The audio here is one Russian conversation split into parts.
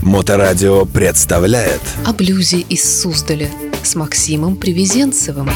Моторадио представляет О блюзе из Суздаля с Максимом Привезенцевым.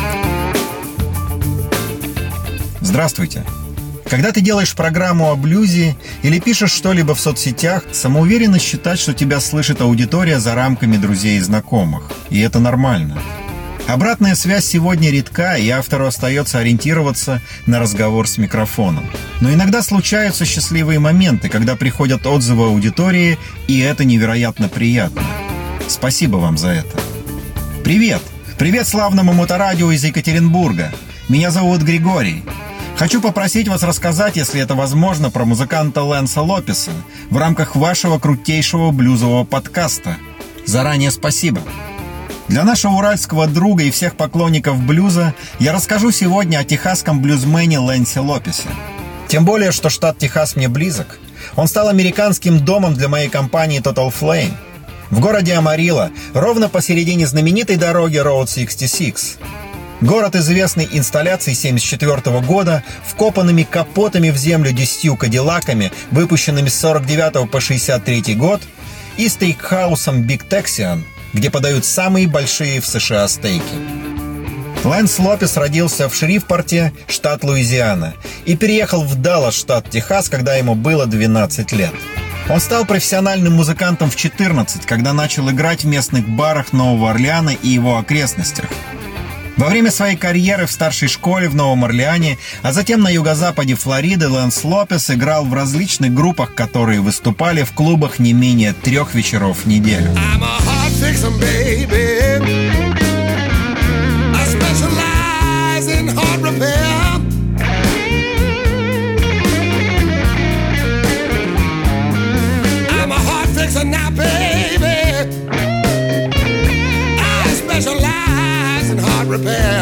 Здравствуйте! Когда ты делаешь программу о блюзе или пишешь что-либо в соцсетях, самоуверенно считать, что тебя слышит аудитория за рамками друзей и знакомых. И это нормально. Обратная связь сегодня редка, и автору остается ориентироваться на разговор с микрофоном. Но иногда случаются счастливые моменты, когда приходят отзывы аудитории, и это невероятно приятно. Спасибо вам за это. Привет! Привет славному моторадио из Екатеринбурга. Меня зовут Григорий. Хочу попросить вас рассказать, если это возможно, про музыканта Лэнса Лопеса в рамках вашего крутейшего блюзового подкаста. Заранее спасибо. Для нашего уральского друга и всех поклонников блюза я расскажу сегодня о техасском блюзмене Лэнсе Лопесе. Тем более, что штат Техас мне близок. Он стал американским домом для моей компании Total Flame. В городе Амарилла, ровно посередине знаменитой дороги Route 66. Город, известный инсталляцией 1974 года, вкопанными капотами в землю 10 кадиллаками, выпущенными с 49 по 63 год, и стейкхаусом Big Texian, где подают самые большие в США стейки. Лэнс Лопес родился в Шрифпорте, штат Луизиана, и переехал в Даллас, штат Техас, когда ему было 12 лет. Он стал профессиональным музыкантом в 14, когда начал играть в местных барах Нового Орлеана и его окрестностях. Во время своей карьеры в старшей школе в Новом Орлеане, а затем на юго-западе Флориды, Лэнс Лопес играл в различных группах, которые выступали в клубах не менее 3 вечеров в неделю. Repair.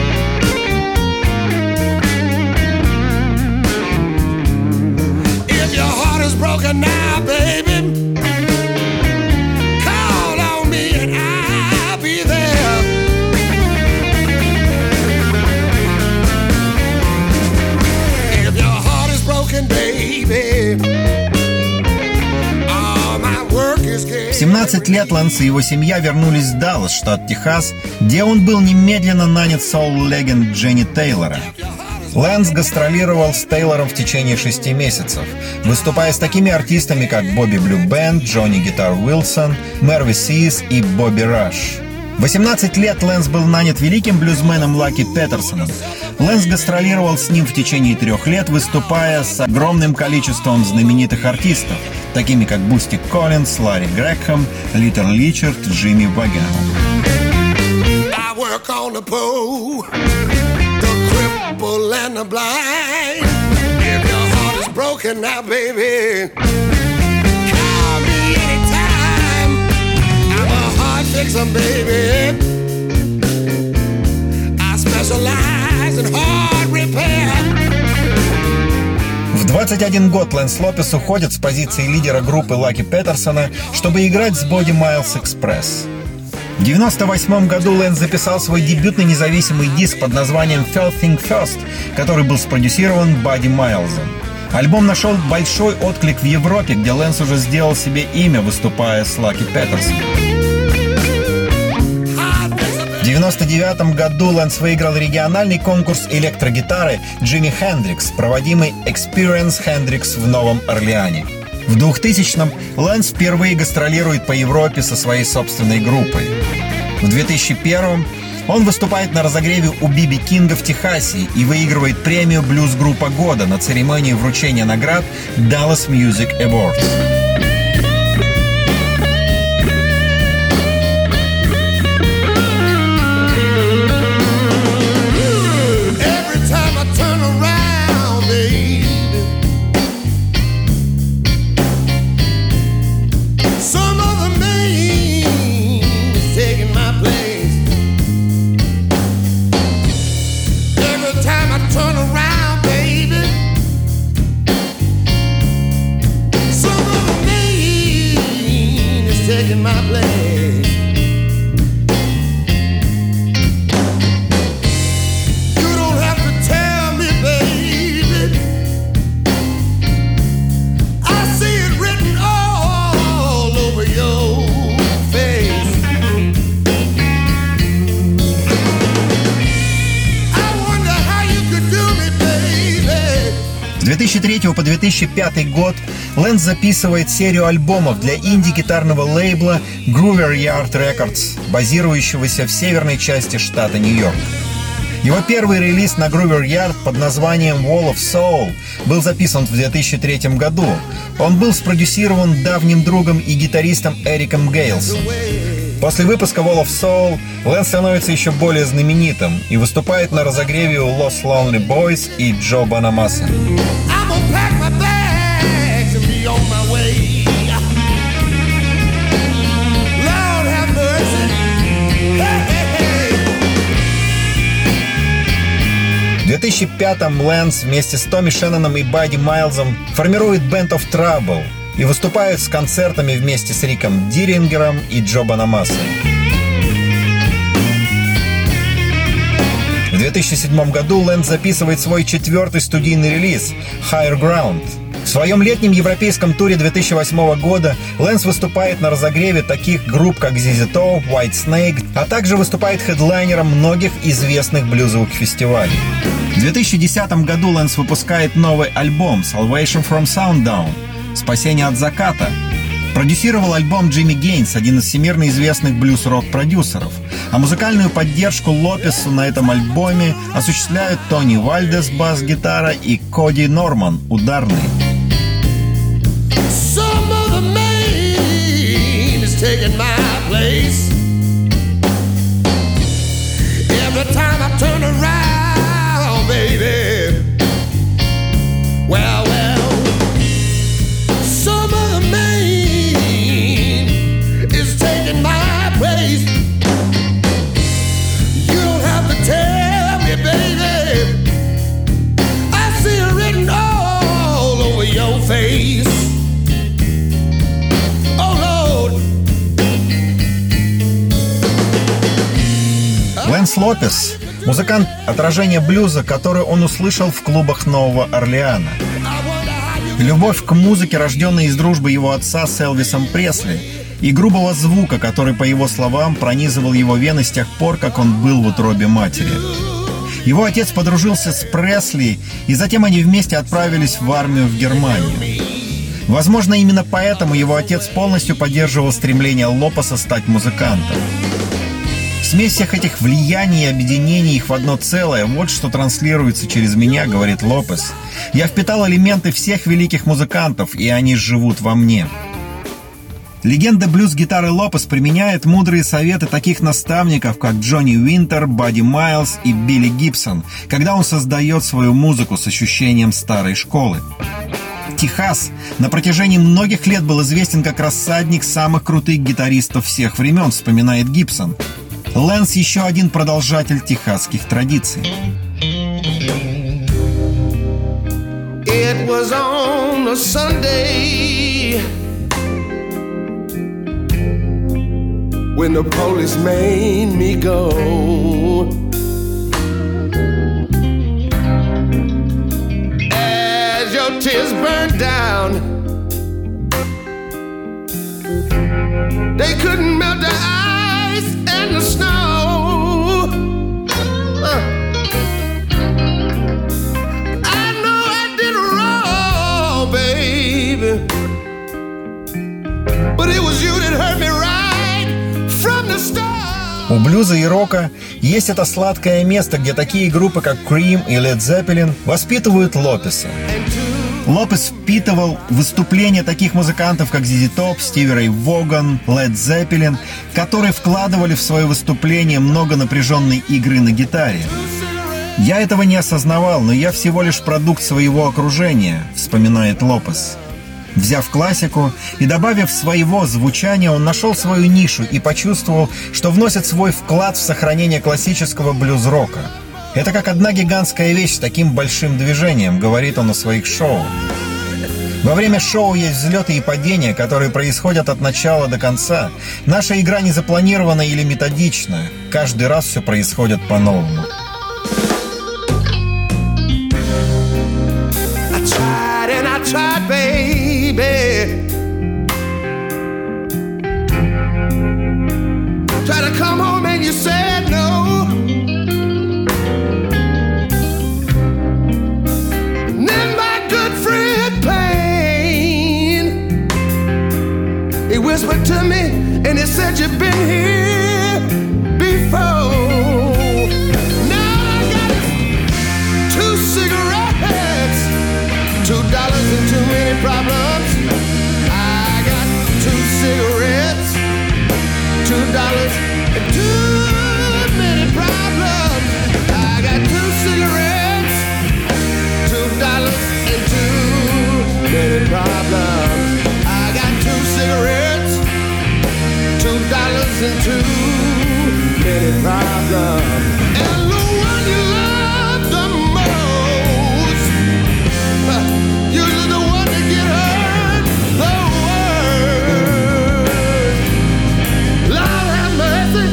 If your heart is broken now, baby, call on me and I'll be there. If your heart is broken, baby, all my work is good. В 17 лет Лэнс и его семья вернулись в Даллас, штат Техас, где он был немедленно нанят соул-легенд Дженни Тейлора. Лэнс гастролировал с Тейлором в течение 6 месяцев, выступая с такими артистами, как Бобби Блю Бенд, Джонни Гитар Уилсон, Мерви Сис и Бобби Раш. В 18 лет Лэнс был нанят великим блюзменом Лаки Петерсоном. Лэнс гастролировал с ним в течение 3 лет, выступая с огромным количеством знаменитых артистов, такими как Бусти Коллинс, Ларри Грэхэм, Литл Ричард, Джимми Вагон. Work on the poor, the cripple and the blind. If your heart is broken now, baby, call me anytime. I'm a heart fixer, baby. I specialize in heart repair. В 21 год Лэнс Лопес уходит с позиции лидера группы Лаки Петерсона, чтобы играть с Body Miles Express. В 1998 году Лэнс записал свой дебютный независимый диск под названием First Thing First, который был спродюсирован Бадди Майлзом. Альбом нашел большой отклик в Европе, где Лэнс уже сделал себе имя, выступая с Лаки Петерсоном. В 1999 году Лэнс выиграл региональный конкурс электрогитары Джимми Хендрикс, проводимый Experience Hendrix в Новом Орлеане. В 2000-м Лэнс впервые гастролирует по Европе со своей собственной группой. В 2001-м он выступает на разогреве у Биби Кинга в Техасе и выигрывает премию «Блюз-группа года» на церемонии вручения наград Dallas Music Awards. Taking my place. You don't have to tell me, baby. I see it written all over your 2003 по 2005 год Лэнс записывает серию альбомов для инди-гитарного лейбла Groover Yard Records, базирующегося в северной части штата Нью-Йорк. Его первый релиз на Groover Yard под названием Wall of Soul был записан в 2003 году. Он был спродюсирован давним другом и гитаристом Эриком Гейлсом. После выпуска Wall of Soul Лэнс становится еще более знаменитым и выступает на разогреве у Los Lonely Boys и Джо Bonamassa. В 2005-м Лэнс вместе с Томми Шенноном и Бадди Майлзом формирует Band of Trouble и выступают с концертами вместе с Риком Дирингером и Джо Bonamassa. В 2007 году Лэнс записывает свой 4-й студийный релиз Higher Ground. В своем летнем европейском туре 2008 года Лэнс выступает на разогреве таких групп, как ZZ Top, White Snake, а также выступает хедлайнером многих известных блюзовых фестивалей. В 2010 году Лэнс выпускает новый альбом Salvation from Sundown — «Спасение от заката». Продюсировал альбом Джимми Гейнс, один из всемирно известных блюз-рок-продюсеров. А музыкальную поддержку Лопесу на этом альбоме осуществляют Тони Вальдес, бас-гитара, и Коди Норман, ударный. Лэнс Лопес — музыкант отражения блюза, который он услышал в клубах Нового Орлеана. Любовь к музыке, рожденная из дружбы его отца с Элвисом Пресли, и грубого звука, который, по его словам, пронизывал его вены с тех пор, как он был в утробе матери. Его отец подружился с Пресли, и затем они вместе отправились в армию в Германию. Возможно, именно поэтому его отец полностью поддерживал стремление Лопеса стать музыкантом. Смесь всех этих влияний и объединений их в одно целое — вот что транслируется через меня, говорит Лопес. Я впитал элементы всех великих музыкантов, и они живут во мне. Легенда блюз-гитары Лопес применяет мудрые советы таких наставников, как Джонни Уинтер, Бадди Майлз и Билли Гибсон, когда он создает свою музыку с ощущением старой школы. Техас на протяжении многих лет был известен как рассадник самых крутых гитаристов всех времен, вспоминает Гибсон. Лэнс — еще один продолжатель техасских традиций. It was on a Sunday when the police made me go. As your tears burned down, they couldn't melt the ice and the snow. I know I did wrong, baby, but it was you that hurt me right from the start. У блюза и рока есть это сладкое место, где такие группы, как Cream и Led Zeppelin, воспитывают Лопеса. Лопес впитывал выступления таких музыкантов, как ZZ Top, Стиви Рэй Воган, Led Zeppelin, которые вкладывали в свои выступления много напряженной игры на гитаре. «Я этого не осознавал, но я всего лишь продукт своего окружения», — вспоминает Лопес. Взяв классику и добавив своего звучания, он нашел свою нишу и почувствовал, что вносит свой вклад в сохранение классического блюз-рока. «Это как одна гигантская вещь с таким большим движением», — говорит он о своих шоу. Во время шоу есть взлеты и падения, которые происходят от начала до конца. Наша игра не запланирована или методична. Каждый раз все происходит по-новому. I tried, baby. Try to come home and you said no. And then my good friend He whispered to me and he said, you've been here before. Now I got 2 cigarettes, $2 and too many problems. I got 2 cigarettes, $2 and too many problems. I got 2 cigarettes, $2 and too many problems. I got 2 cigarettes, $2 and too many problems. And the one you love the most, usually the one that get hurt the worst. Lord have mercy.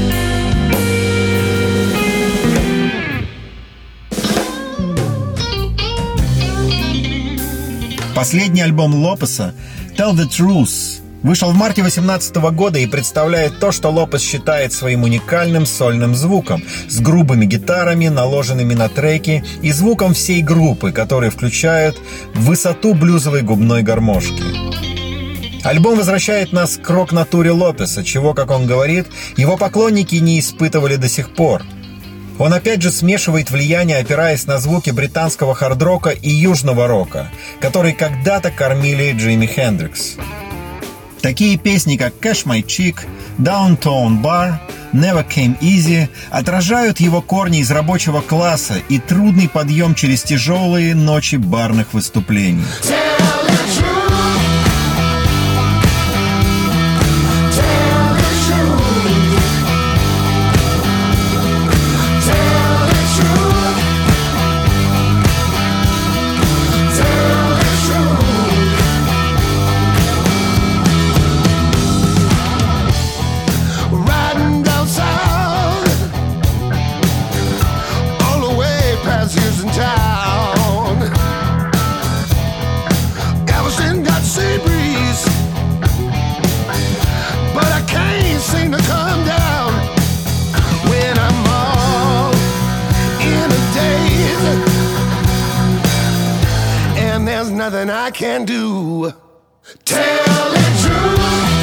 Последний альбом Лопеса «Tell the Truth» вышел в марте 2018 года и представляет то, что Лопес считает своим уникальным сольным звуком, с грубыми гитарами, наложенными на треки, и звуком всей группы, который включает высоту блюзовой губной гармошки. Альбом возвращает нас к рок-натуре Лопеса, чего, как он говорит, его поклонники не испытывали до сих пор. Он опять же смешивает влияние, опираясь на звуки британского хард-рока и южного рока, которые когда-то кормили Джимми Хендрикс. Такие песни, как «Cash My Chick», «Downtown Bar», «Never Came Easy» отражают его корни из рабочего класса и трудный подъем через тяжелые ночи барных выступлений. Nothing I can do. Tell the truth.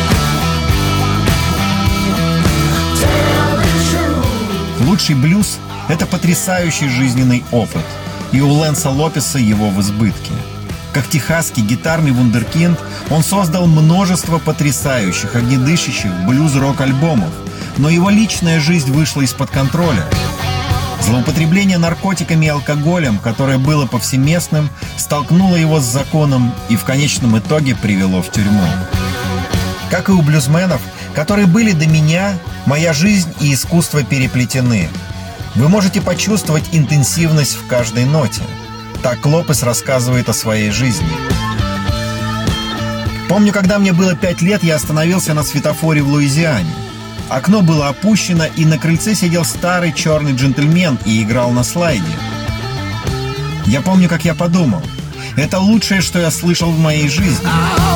Tell the truth. Лучший блюз — это потрясающий жизненный опыт, и у Лэнса Лопеса его в избытке. Как техасский гитарный вундеркинд, он создал множество потрясающих, огнедышащих блюз-рок-альбомов, но его личная жизнь вышла из-под контроля. Злоупотребление наркотиками и алкоголем, которое было повсеместным, столкнуло его с законом и в конечном итоге привело в тюрьму. Как и у блюзменов, которые были до меня, моя жизнь и искусство переплетены. Вы можете почувствовать интенсивность в каждой ноте. Так Лопес рассказывает о своей жизни. Помню, когда мне было 5 лет, я остановился на светофоре в Луизиане. Окно было опущено, и на крыльце сидел старый черный джентльмен и играл на слайде. Я помню, как я подумал: это лучшее, что я слышал в моей жизни.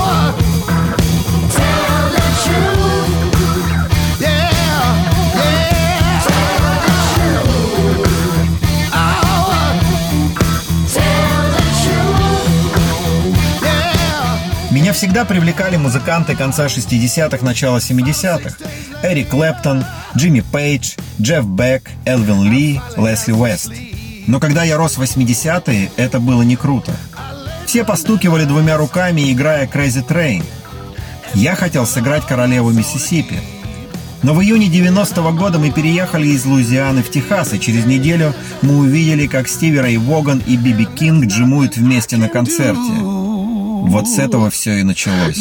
Меня всегда привлекали музыканты конца 60-х, начала 70-х. Эрик Клэптон, Джимми Пейдж, Джефф Бек, Элвин Ли, Лесли Уэст. Но когда я рос в 80-е, это было не круто. Все постукивали 2 руками, играя Crazy Train. Я хотел сыграть королеву Миссисипи. Но в июне 90-го года мы переехали из Луизианы в Техас, и через неделю мы увидели, как Стиви Рэй Воган и Биби Кинг джимуют вместе на концерте. Вот с этого все и началось.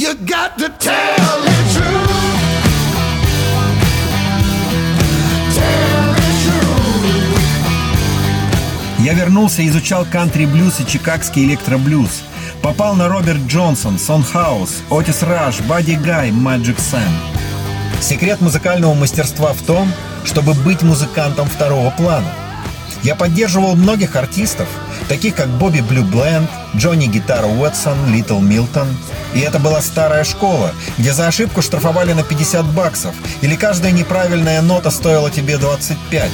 Я вернулся и изучал кантри-блюз и чикагский электроблюз. Попал на Роберт Джонсон, Сон Хаус, Отис Раш, Бадди Гай, Маджик Сэм. Секрет музыкального мастерства в том, чтобы быть музыкантом второго плана. Я поддерживал многих артистов, таких как Бобби Блю Бленд, Джонни Гитара Уотсон, Литл Милтон. И это была старая школа, где за ошибку штрафовали на $50, или каждая неправильная нота стоила тебе 25.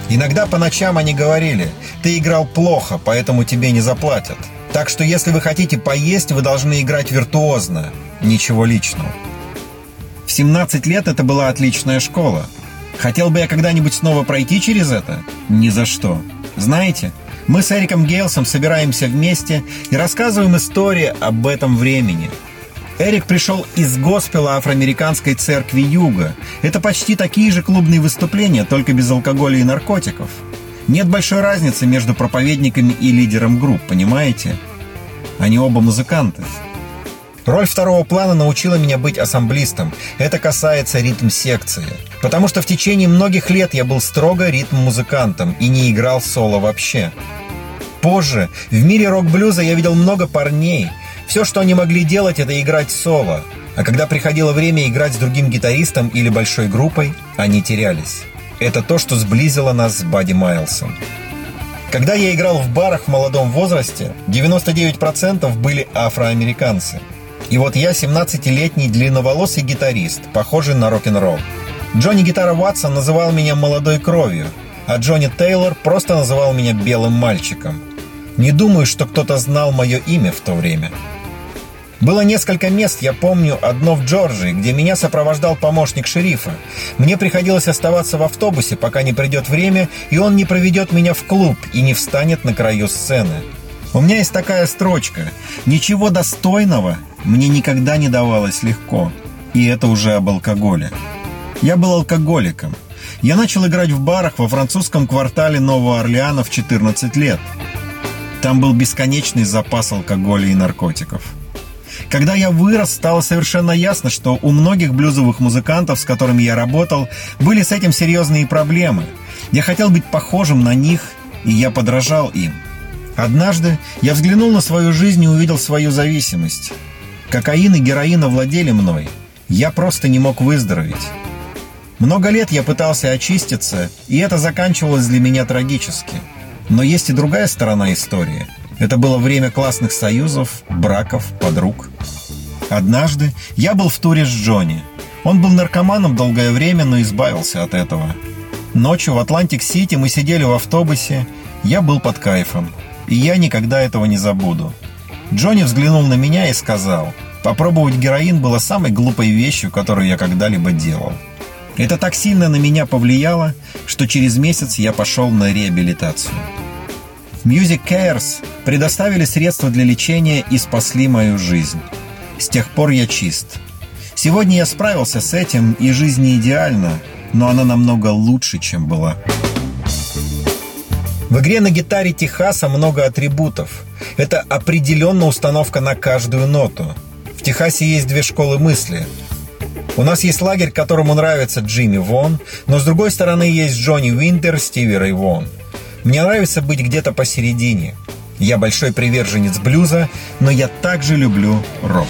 Иногда по ночам они говорили: «Ты играл плохо, поэтому тебе не заплатят. Так что если вы хотите поесть, вы должны играть виртуозно. Ничего личного». В 17 лет это была отличная школа. Хотел бы я когда-нибудь снова пройти через это? Ни за что. Знаете, мы с Эриком Гейлсом собираемся вместе и рассказываем истории об этом времени. Эрик пришел из госпела Афроамериканской церкви Юга. Это почти такие же клубные выступления, только без алкоголя и наркотиков. Нет большой разницы между проповедниками и лидером групп, понимаете? Они оба музыканты. Роль второго плана научила меня быть ассамблистом. Это касается ритм-секции. Потому что в течение многих лет я был строго ритм-музыкантом и не играл соло вообще. Позже, в мире рок-блюза я видел много парней. Все, что они могли делать, это играть соло. А когда приходило время играть с другим гитаристом или большой группой, они терялись. Это то, что сблизило нас с Бадди Майлсом. Когда я играл в барах в молодом возрасте, 99% были афроамериканцы. И вот я 17-летний длинноволосый гитарист, похожий на рок-н-ролл. Джонни Гитара Уатсон называл меня «молодой кровью», а Джонни Тейлор просто называл меня «белым мальчиком». Не думаю, что кто-то знал мое имя в то время. Было несколько мест, я помню, одно в Джорджии, где меня сопровождал помощник шерифа. Мне приходилось оставаться в автобусе, пока не придет время, и он не проведет меня в клуб и не встанет на краю сцены. У меня есть такая строчка: «Ничего достойного мне никогда не давалось легко». И это уже об алкоголе. Я был алкоголиком. Я начал играть в барах во французском квартале Нового Орлеана в 14 лет. Там был бесконечный запас алкоголя и наркотиков. Когда я вырос, стало совершенно ясно, что у многих блюзовых музыкантов, с которыми я работал, были с этим серьезные проблемы. Я хотел быть похожим на них, и я подражал им. Однажды я взглянул на свою жизнь и увидел свою зависимость. Кокаин и героин овладели мной. Я просто не мог выздороветь. Много лет я пытался очиститься, и это заканчивалось для меня трагически. Но есть и другая сторона истории. Это было время классных союзов, браков, подруг. Однажды я был в туре с Джонни. Он был наркоманом долгое время, но избавился от этого. Ночью в Атлантик-Сити мы сидели в автобусе. Я был под кайфом. И я никогда этого не забуду. Джонни взглянул на меня и сказал: «Попробовать героин было самой глупой вещью, которую я когда-либо делал». Это так сильно на меня повлияло, что через месяц я пошел на реабилитацию. Music Cares предоставили средства для лечения и спасли мою жизнь. С тех пор я чист. Сегодня я справился с этим, и жизнь не идеальна, но она намного лучше, чем была. В игре на гитаре Техаса много атрибутов. Это определенно установка на каждую ноту. В Техасе есть две школы мысли. У нас есть лагерь, которому нравится Джимми Вон, но с другой стороны есть Джонни Уинтер, Стиви Рэй Вон. Мне нравится быть где-то посередине. Я большой приверженец блюза, но я также люблю рок.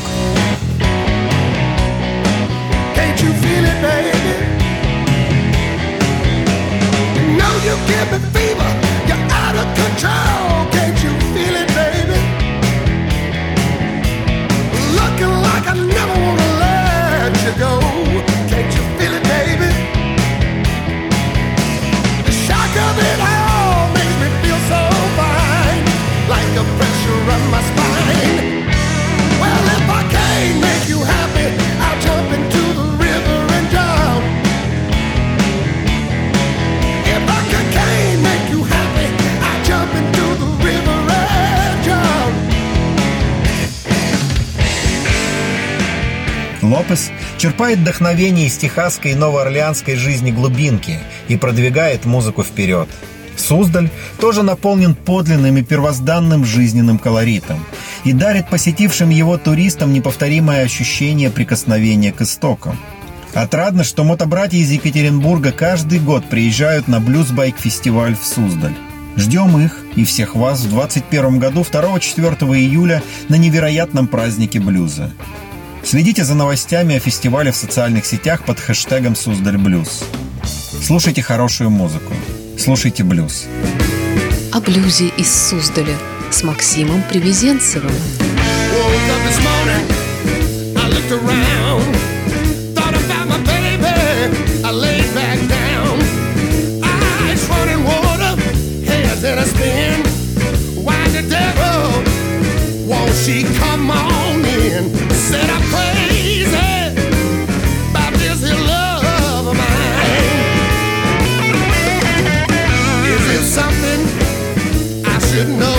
Лопес черпает вдохновение из техасской и новоорлеанской жизни глубинки и продвигает музыку вперед. Суздаль тоже наполнен подлинным и первозданным жизненным колоритом и дарит посетившим его туристам неповторимое ощущение прикосновения к истокам. Отрадно, что мотобратья из Екатеринбурга каждый год приезжают на блюз-байк-фестиваль в Суздаль. Ждем их и всех вас в 2021 году 2-4 июля на невероятном празднике блюза. Следите за новостями о фестивале в социальных сетях под хэштегом «Суздаль Блюз». Слушайте хорошую музыку. Слушайте блюз. О блюзе из Суздаля с Максимом Привезенцевым. Thought about my baby, I laid back down. Eyes running wild. spin. Why the devil won't she come on in? Said I'm crazy about this here love of mine. Is it something I should know?